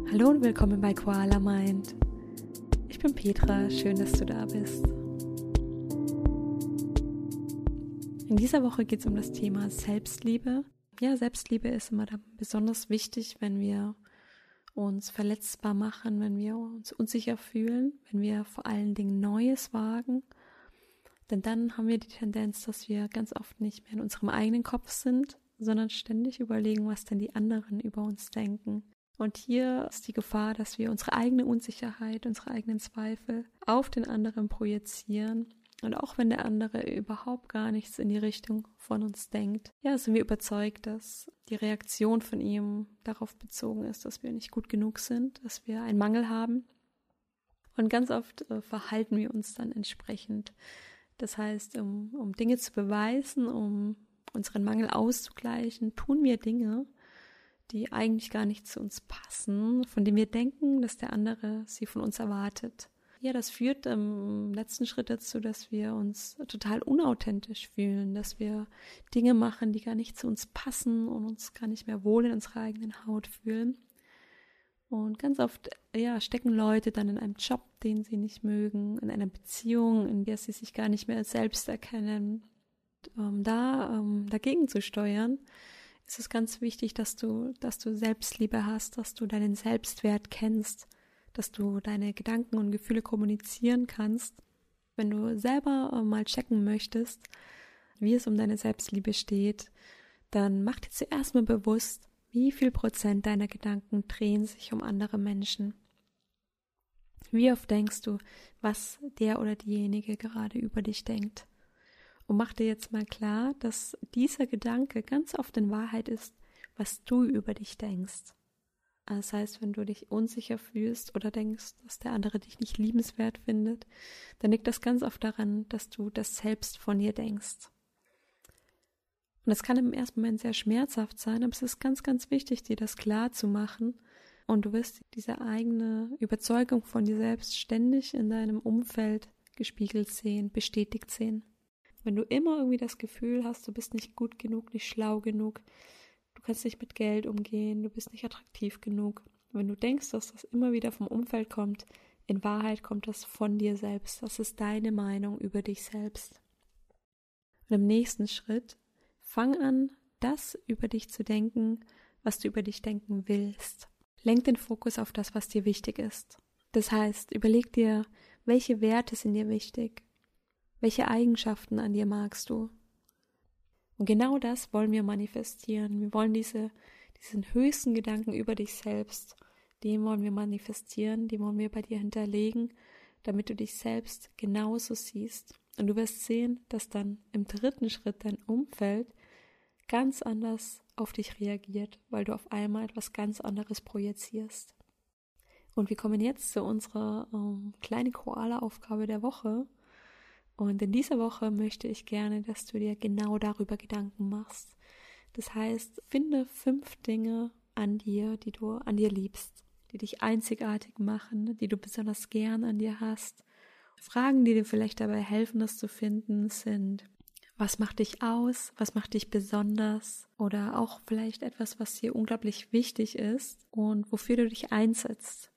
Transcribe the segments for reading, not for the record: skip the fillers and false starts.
Hallo und willkommen bei Koala Mind. Ich bin Petra, schön, dass du da bist. In dieser Woche geht es um das Thema Selbstliebe. Ja, Selbstliebe ist immer dann besonders wichtig, wenn wir uns verletzbar machen, wenn wir uns unsicher fühlen, wenn wir vor allen Dingen Neues wagen. Denn dann haben wir die Tendenz, dass wir ganz oft nicht mehr in unserem eigenen Kopf sind, sondern ständig überlegen, was denn die anderen über uns denken. Und hier ist die Gefahr, dass wir unsere eigene Unsicherheit, unsere eigenen Zweifel auf den anderen projizieren. Und auch wenn der andere überhaupt gar nichts in die Richtung von uns denkt, ja, sind wir überzeugt, dass die Reaktion von ihm darauf bezogen ist, dass wir nicht gut genug sind, dass wir einen Mangel haben. Und ganz oft verhalten wir uns dann entsprechend. Das heißt, um Dinge zu beweisen, um unseren Mangel auszugleichen, tun wir Dinge, die eigentlich gar nicht zu uns passen, von denen wir denken, dass der andere sie von uns erwartet. Ja, das führt im letzten Schritt dazu, dass wir uns total unauthentisch fühlen, dass wir Dinge machen, die gar nicht zu uns passen und uns gar nicht mehr wohl in unserer eigenen Haut fühlen. Und ganz oft stecken Leute dann in einem Job, den sie nicht mögen, in einer Beziehung, in der sie sich gar nicht mehr selbst erkennen. Dagegen zu steuern, ist es ganz wichtig, dass du Selbstliebe hast, dass du deinen Selbstwert kennst, dass du deine Gedanken und Gefühle kommunizieren kannst. Wenn du selber mal checken möchtest, wie es um deine Selbstliebe steht, dann mach dir zuerst mal bewusst, wie viel Prozent deiner Gedanken drehen sich um andere Menschen. Wie oft denkst du, was der oder diejenige gerade über dich denkt? Und mach dir jetzt mal klar, dass dieser Gedanke ganz oft in Wahrheit ist, was du über dich denkst. Das heißt, wenn du dich unsicher fühlst oder denkst, dass der andere dich nicht liebenswert findet, dann liegt das ganz oft daran, dass du das selbst von dir denkst. Und das kann im ersten Moment sehr schmerzhaft sein, aber es ist ganz, ganz wichtig, dir das klar zu machen. Und du wirst diese eigene Überzeugung von dir selbst ständig in deinem Umfeld gespiegelt sehen, bestätigt sehen. Wenn du immer irgendwie das Gefühl hast, du bist nicht gut genug, nicht schlau genug, du kannst nicht mit Geld umgehen, du bist nicht attraktiv genug. Wenn du denkst, dass das immer wieder vom Umfeld kommt, in Wahrheit kommt das von dir selbst. Das ist deine Meinung über dich selbst. Und im nächsten Schritt, fang an, das über dich zu denken, was du über dich denken willst. Lenk den Fokus auf das, was dir wichtig ist. Das heißt, überleg dir, welche Werte sind dir wichtig? Welche Eigenschaften an dir magst du? Und genau das wollen wir manifestieren. Wir wollen diesen höchsten Gedanken über dich selbst, den wollen wir manifestieren, den wollen wir bei dir hinterlegen, damit du dich selbst genauso siehst. Und du wirst sehen, dass dann im dritten Schritt dein Umfeld ganz anders auf dich reagiert, weil du auf einmal etwas ganz anderes projizierst. Und wir kommen jetzt zu unserer kleinen Koala-Aufgabe der Woche. Und in dieser Woche möchte ich gerne, dass du dir genau darüber Gedanken machst. Das heißt, finde 5 Dinge an dir, die du an dir liebst, die dich einzigartig machen, die du besonders gern an dir hast. Fragen, die dir vielleicht dabei helfen, das zu finden, sind: Was macht dich aus? Was macht dich besonders? Oder auch vielleicht etwas, was dir unglaublich wichtig ist und wofür du dich einsetzt.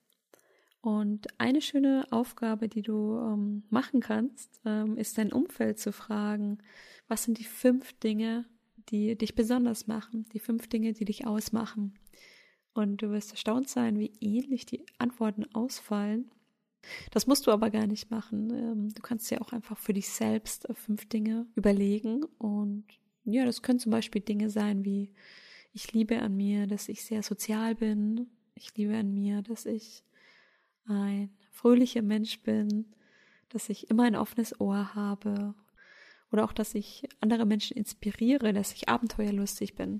Und eine schöne Aufgabe, die du machen kannst, ist dein Umfeld zu fragen, was sind die 5 Dinge, die dich besonders machen, die 5 Dinge, die dich ausmachen. Und du wirst erstaunt sein, wie ähnlich die Antworten ausfallen. Das musst du aber gar nicht machen. Du kannst ja auch einfach für dich selbst 5 Dinge überlegen. Und ja, das können zum Beispiel Dinge sein wie: Ich liebe an mir, dass ich sehr sozial bin. Ich liebe an mir, dass ich ein fröhlicher Mensch bin, dass ich immer ein offenes Ohr habe oder auch, dass ich andere Menschen inspiriere, dass ich abenteuerlustig bin.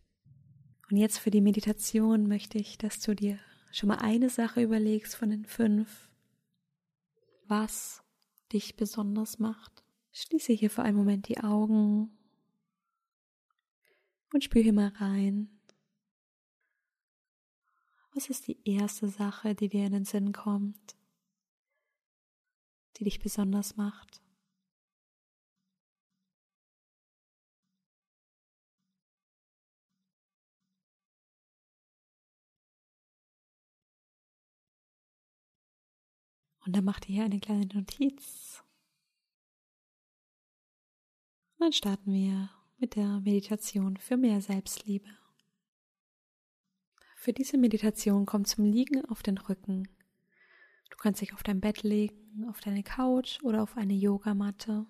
Und jetzt für die Meditation möchte ich, dass du dir schon mal eine Sache überlegst von den 5, was dich besonders macht. Schließe hier für einen Moment die Augen und spür hier mal rein. Was ist die erste Sache, die dir in den Sinn kommt, die dich besonders macht? Und dann mach dir hier eine kleine Notiz. Und dann starten wir mit der Meditation für mehr Selbstliebe. Für diese Meditation komm zum Liegen auf den Rücken. Du kannst dich auf dein Bett legen, auf deine Couch oder auf eine Yogamatte.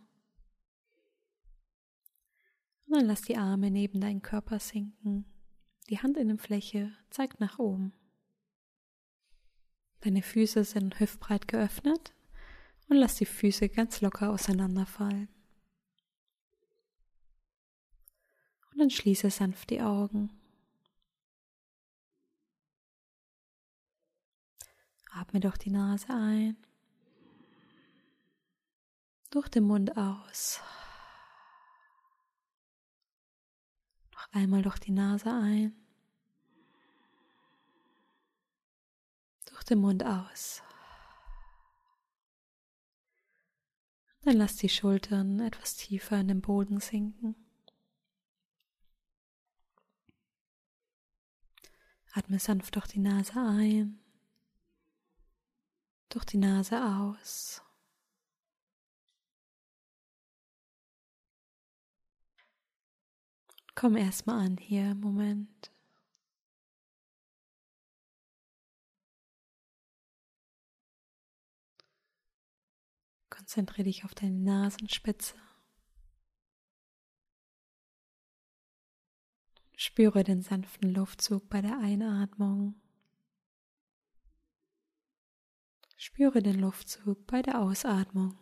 Und dann lass die Arme neben deinen Körper sinken. Die Handinnenfläche zeigt nach oben. Deine Füße sind hüftbreit geöffnet und lass die Füße ganz locker auseinanderfallen. Und dann schließe sanft die Augen. Atme durch die Nase ein, durch den Mund aus. Noch einmal durch die Nase ein, durch den Mund aus. Dann lass die Schultern etwas tiefer in den Boden sinken. Atme sanft durch die Nase ein, durch die Nase aus. Komm erstmal an hier im Moment. Konzentriere dich auf deine Nasenspitze. Spüre den sanften Luftzug bei der Einatmung. Spüre den Luftzug bei der Ausatmung.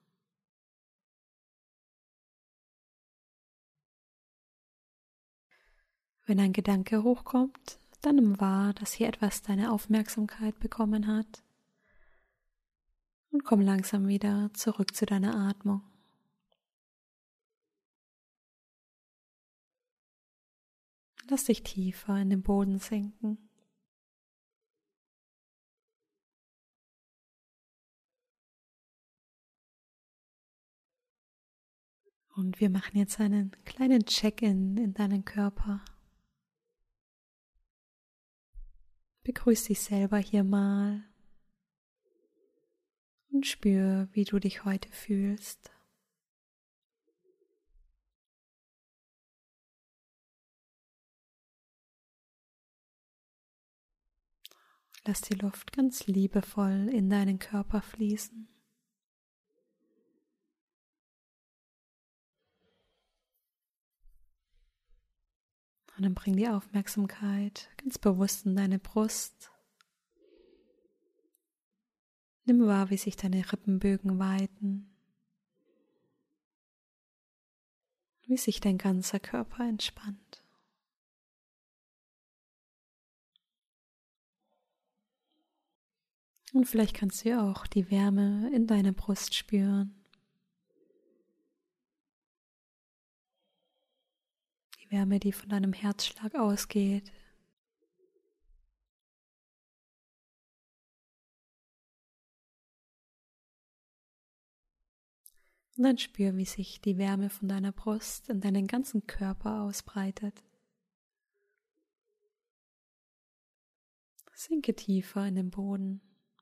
Wenn ein Gedanke hochkommt, dann nimm wahr, dass hier etwas deine Aufmerksamkeit bekommen hat und komm langsam wieder zurück zu deiner Atmung. Lass dich tiefer in den Boden sinken. Und wir machen jetzt einen kleinen Check-in in deinen Körper. Begrüß dich selber hier mal und spür, wie du dich heute fühlst. Lass die Luft ganz liebevoll in deinen Körper fließen. Und dann bring die Aufmerksamkeit ganz bewusst in deine Brust. Nimm wahr, wie sich deine Rippenbögen weiten, wie sich dein ganzer Körper entspannt. Und vielleicht kannst du ja auch die Wärme in deiner Brust spüren. Die Wärme, die von deinem Herzschlag ausgeht. Und dann spür, wie sich die Wärme von deiner Brust in deinen ganzen Körper ausbreitet. Sinke tiefer in den Boden.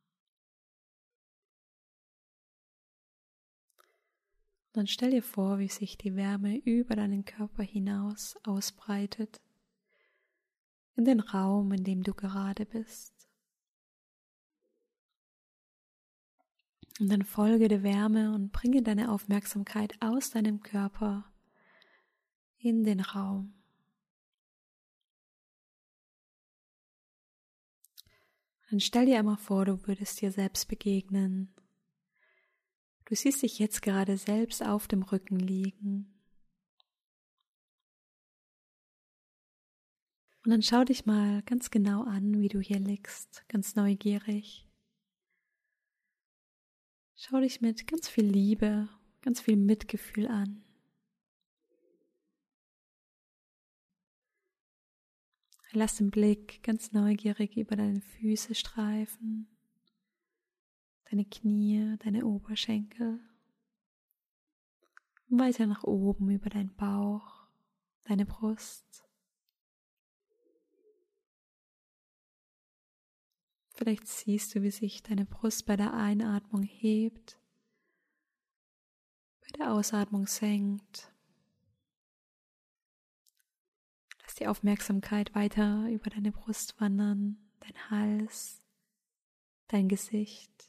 Und dann stell dir vor, wie sich die Wärme über deinen Körper hinaus ausbreitet, in den Raum, in dem du gerade bist. Und dann folge der Wärme und bringe deine Aufmerksamkeit aus deinem Körper in den Raum. Dann stell dir einmal vor, du würdest dir selbst begegnen. Du siehst dich jetzt gerade selbst auf dem Rücken liegen. Und dann schau dich mal ganz genau an, wie du hier liegst, ganz neugierig. Schau dich mit ganz viel Liebe, ganz viel Mitgefühl an. Lass den Blick ganz neugierig über deine Füße streifen, deine Knie, deine Oberschenkel, und weiter nach oben über deinen Bauch, deine Brust. Vielleicht siehst du, wie sich deine Brust bei der Einatmung hebt, bei der Ausatmung senkt. Lass die Aufmerksamkeit weiter über deine Brust wandern, dein Hals, dein Gesicht.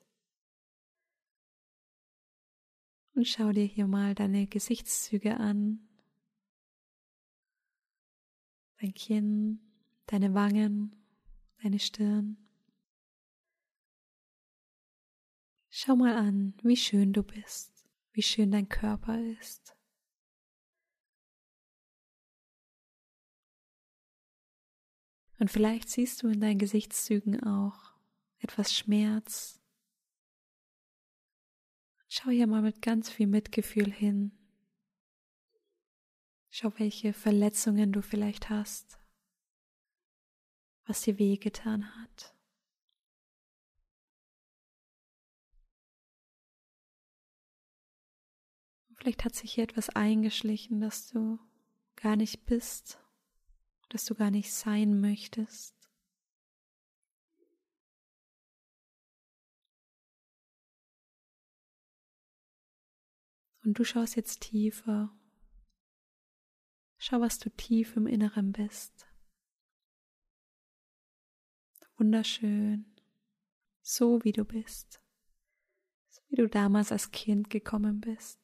Und schau dir hier mal deine Gesichtszüge an, dein Kinn, deine Wangen, deine Stirn. Schau mal an, wie schön du bist, wie schön dein Körper ist. Und vielleicht siehst du in deinen Gesichtszügen auch etwas Schmerz. Schau hier mal mit ganz viel Mitgefühl hin. Schau, welche Verletzungen du vielleicht hast, was dir wehgetan hat. Vielleicht hat sich hier etwas eingeschlichen, das du gar nicht bist, das du gar nicht sein möchtest. Und du schaust jetzt tiefer. Schau, was du tief im Inneren bist. Wunderschön, so wie du bist, so wie du damals als Kind gekommen bist.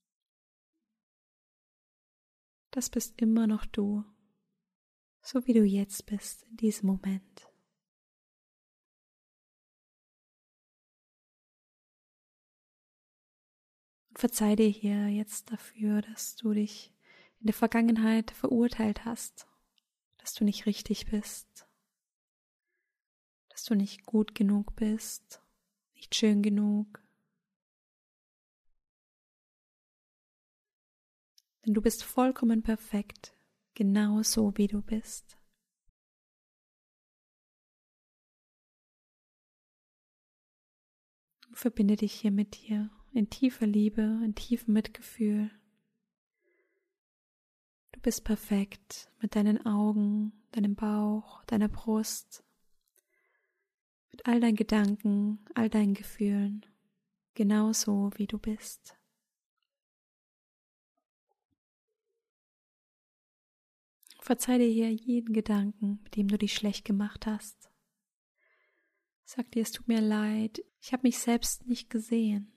Das bist immer noch du, so wie du jetzt bist in diesem Moment. Und verzeih dir hier jetzt dafür, dass du dich in der Vergangenheit verurteilt hast, dass du nicht richtig bist, dass du nicht gut genug bist, nicht schön genug. Denn du bist vollkommen perfekt, genau so wie du bist. Verbinde dich hier mit dir in tiefer Liebe, in tiefem Mitgefühl. Du bist perfekt mit deinen Augen, deinem Bauch, deiner Brust, mit all deinen Gedanken, all deinen Gefühlen, genauso wie du bist. Verzeih dir hier jeden Gedanken, mit dem du dich schlecht gemacht hast. Sag dir, es tut mir leid, ich habe mich selbst nicht gesehen.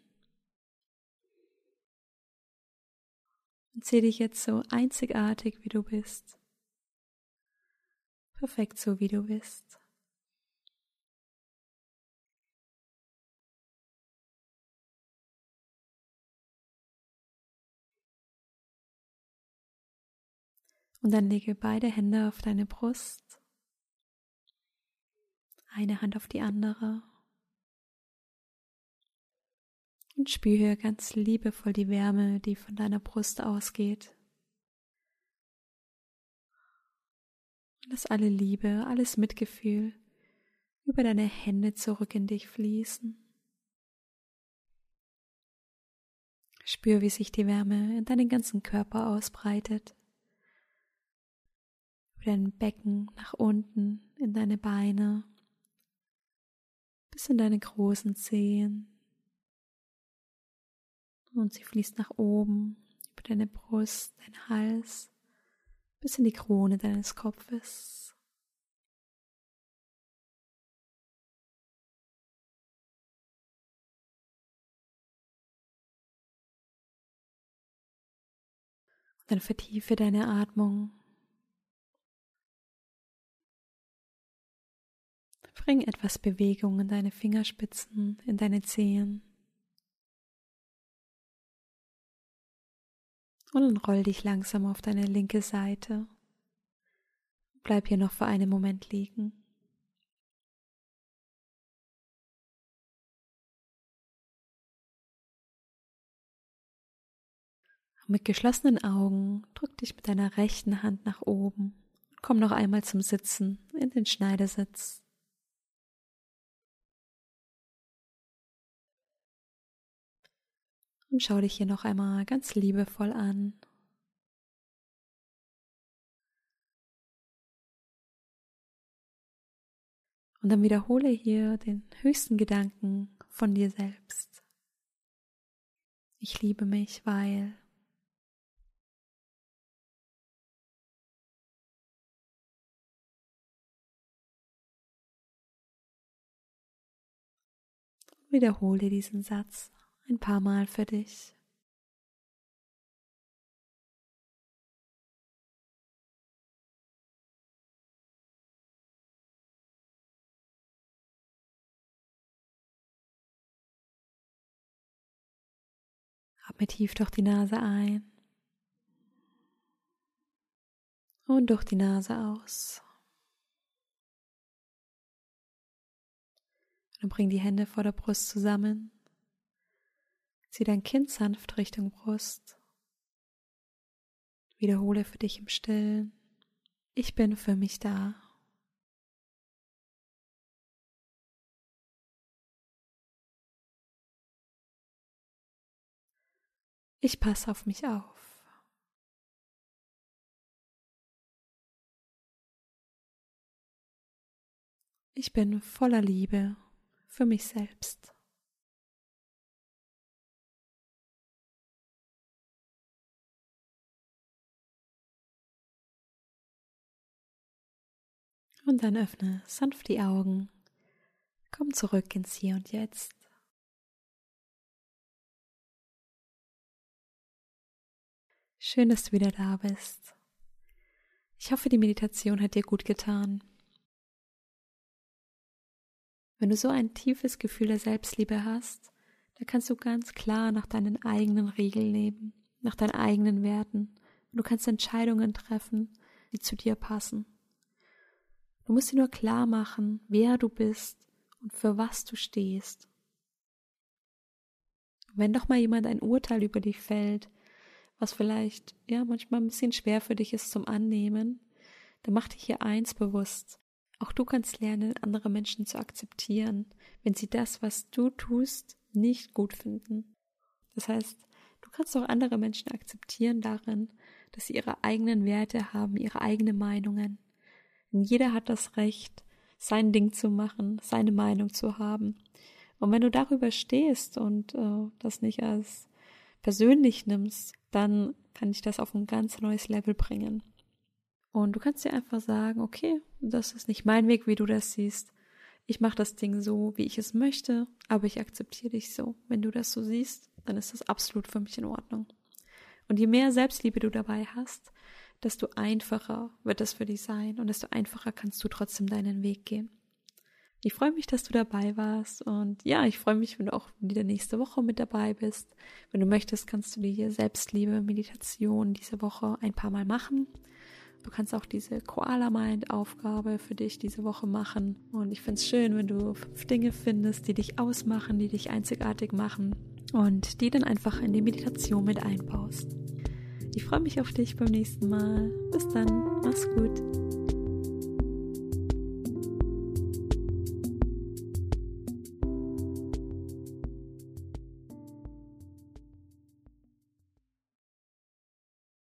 Und sehe dich jetzt so einzigartig, wie du bist. Perfekt so, wie du bist. Und dann lege beide Hände auf deine Brust, eine Hand auf die andere und spüre ganz liebevoll die Wärme, die von deiner Brust ausgeht. Und lass alle Liebe, alles Mitgefühl über deine Hände zurück in dich fließen. Spür, wie sich die Wärme in deinen ganzen Körper ausbreitet. Über dein Becken nach unten, in deine Beine, bis in deine großen Zehen. Und sie fließt nach oben, über deine Brust, deinen Hals, bis in die Krone deines Kopfes. Und dann vertiefe deine Atmung. Bring etwas Bewegung in deine Fingerspitzen, in deine Zehen. Und dann roll dich langsam auf deine linke Seite. Bleib hier noch für einen Moment liegen. Und mit geschlossenen Augen drück dich mit deiner rechten Hand nach oben und komm noch einmal zum Sitzen in den Schneidersitz. Und schau dich hier noch einmal ganz liebevoll an. Und dann wiederhole hier den höchsten Gedanken von dir selbst. Ich liebe mich, weil. Wiederhole diesen Satz ein paar Mal für dich. Atme tief durch die Nase ein und durch die Nase aus. Und bring die Hände vor der Brust zusammen. Zieh dein Kinn sanft Richtung Brust. Wiederhole für dich im Stillen: Ich bin für mich da. Ich passe auf mich auf. Ich bin voller Liebe für mich selbst. Und dann öffne sanft die Augen. Komm zurück ins Hier und Jetzt. Schön, dass du wieder da bist. Ich hoffe, die Meditation hat dir gut getan. Wenn du so ein tiefes Gefühl der Selbstliebe hast, dann kannst du ganz klar nach deinen eigenen Regeln leben, nach deinen eigenen Werten. Und du kannst Entscheidungen treffen, die zu dir passen. Du musst dir nur klar machen, wer du bist und für was du stehst. Wenn doch mal jemand ein Urteil über dich fällt, was vielleicht manchmal ein bisschen schwer für dich ist zum Annehmen, dann mach dich hier eins bewusst. Auch du kannst lernen, andere Menschen zu akzeptieren, wenn sie das, was du tust, nicht gut finden. Das heißt, du kannst auch andere Menschen akzeptieren darin, dass sie ihre eigenen Werte haben, ihre eigenen Meinungen. Und jeder hat das Recht, sein Ding zu machen, seine Meinung zu haben. Und wenn du darüber stehst und das nicht als persönlich nimmst, dann kann dich das auf ein ganz neues Level bringen. Und du kannst dir einfach sagen, okay, das ist nicht mein Weg, wie du das siehst. Ich mache das Ding so, wie ich es möchte, aber ich akzeptiere dich so. Wenn du das so siehst, dann ist das absolut für mich in Ordnung. Und je mehr Selbstliebe du dabei hast, desto einfacher wird das für dich sein und desto einfacher kannst du trotzdem deinen Weg gehen. Ich freue mich, dass du dabei warst und ich freue mich, wenn du auch wieder nächste Woche mit dabei bist. Wenn du möchtest, kannst du die Selbstliebe-Meditation diese Woche ein paar Mal machen. Du kannst auch diese Koala-Mind-Aufgabe für dich diese Woche machen. Und ich finde es schön, wenn du 5 Dinge findest, die dich ausmachen, die dich einzigartig machen und die dann einfach in die Meditation mit einbaust. Ich freue mich auf dich beim nächsten Mal. Bis dann. Mach's gut.